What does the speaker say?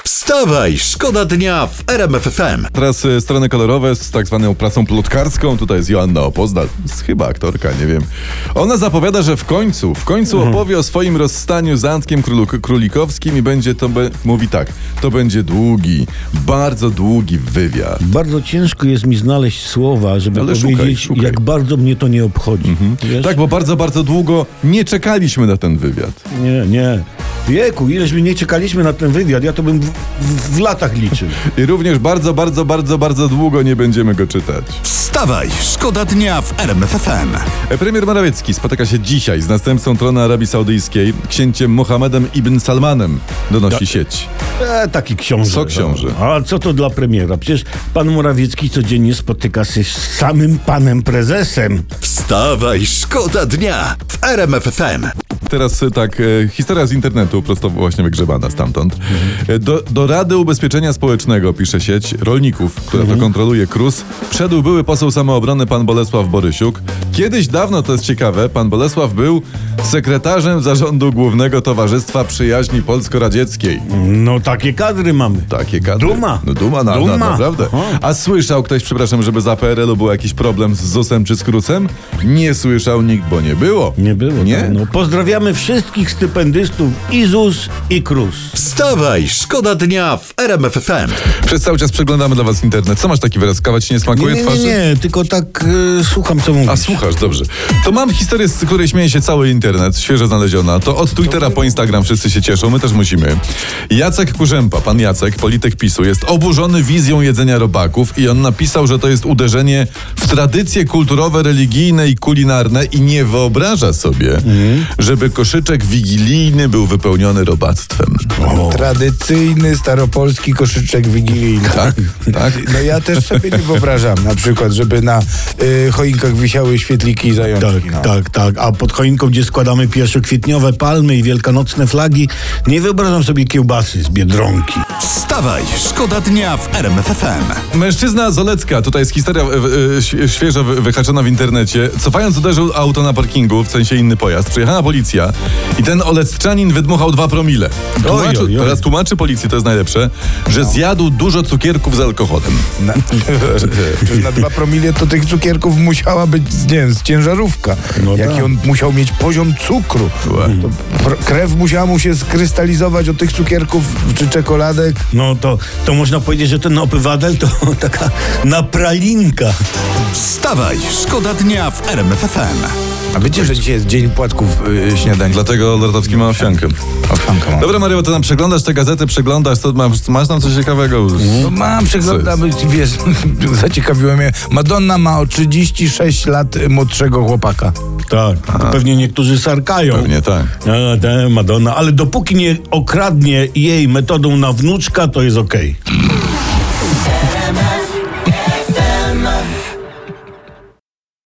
Wstawaj, szkoda dnia w RMF FM. Teraz strony kolorowe z tak zwaną prasą plotkarską. Tutaj jest Joanna Opozda, chyba aktorka, nie wiem. Ona zapowiada, że w końcu opowie o swoim rozstaniu z Antkiem Królikowskim i będzie to, mówi tak, to będzie długi, bardzo długi wywiad. Bardzo ciężko jest mi znaleźć słowa, żeby powiedzieć, szukaj. jak bardzo mnie to nie obchodzi. Tak, bo bardzo, bardzo długo nie czekaliśmy na ten wywiad. Nie. Wieku, ileśmy nie czekaliśmy na ten wywiad, ja to bym w latach liczył. I również bardzo długo nie będziemy go czytać. Wstawaj, szkoda dnia w RMF FM. Premier Morawiecki spotyka się dzisiaj z następcą tronu Arabii Saudyjskiej, księciem Mohammedem ibn Salmanem, donosi sieć. Taki książę. Co książę? A co to dla premiera? Przecież pan Morawiecki codziennie spotyka się z samym panem prezesem. Wstawaj, szkoda dnia w RMF FM. Teraz tak, historia z internetu, prosto właśnie wygrzebana stamtąd. Do Rady Ubezpieczenia Społecznego, pisze sieć rolników, która to kontroluje KRUS, wszedł były poseł samoobrony pan Bolesław Borysiuk. Kiedyś dawno, to jest ciekawe, pan Bolesław był sekretarzem zarządu Głównego Towarzystwa Przyjaźni Polsko-Radzieckiej. No takie kadry mamy. Takie kadry. Duma. No duma, naprawdę. A słyszał ktoś, przepraszam, żeby za PRL-u był jakiś problem z ZUS-em czy z KRUS-em? Nie słyszał nikt, bo nie było. Nie było. Nie? Tak. No, pozdrawiamy wszystkich stypendystów i ZUS i KRUS. Wstawaj, szkoda dnia w RMF FM. Przez cały czas przeglądamy dla was internet. Co masz taki wyraz? Kawa ci nie smakuje twarzy? Nie, tylko tak słucham, co mówisz. A słuchasz, dobrze. To mam historię, z której śmieje się cały internet, świeżo znaleziona. To od Twittera po Instagram wszyscy się cieszą, my też musimy. Jacek Kurzępa, pan Jacek, polityk PiS-u, jest oburzony wizją jedzenia robaków i on napisał, że to jest uderzenie w tradycje kulturowe, religijne i kulinarne i nie wyobraża sobie, żeby koszyczek wigilijny był wypełniony robactwem. Tradycyjny, staropolski koszyczek wigilijny. Tak? No ja też sobie nie wyobrażam, na przykład, żeby na choinkach wisiały świetliki i zajączki. Tak. A pod choinką, gdzie składamy pierwszokwietniowe palmy i wielkanocne flagi, nie wyobrażam sobie kiełbasy z Biedronki. Wstawaj, szkoda dnia w RMF FM. Mężczyzna z Olecka, tutaj jest historia świeżo wyhaczona w internecie. Cofając uderzył auto na parkingu, w sensie inny pojazd. Przyjechała policja i ten olecczanin wydmuchał 2 promile. Teraz tłumaczy policji, to jest najlepsze, że zjadł dużo cukierków z alkoholem. Na 2 promile to tych cukierków musiała być, nie wiem, z ciężarówka. Jaki on musiał mieć poziom cukru. Krew musiała mu się skrystalizować od tych cukierków czy czekoladek. No to można powiedzieć, że ten obywatel to taka napralinka. Wstawaj, szkoda dnia w RMF FM. A wiecie, że dzisiaj jest dzień płatków śniadań? Dlatego Lordowski ma owsiankę. Dobra, Mario, to nam przeglądasz te gazety, to masz tam coś ciekawego? No mam, przeglądam, wiesz, zaciekawiło mnie. Madonna ma o 36 lat młodszego chłopaka. Tak, to pewnie niektórzy sarkają. Pewnie tak. Madonna, ale dopóki nie okradnie jej metodą na wnuczka, to jest okej.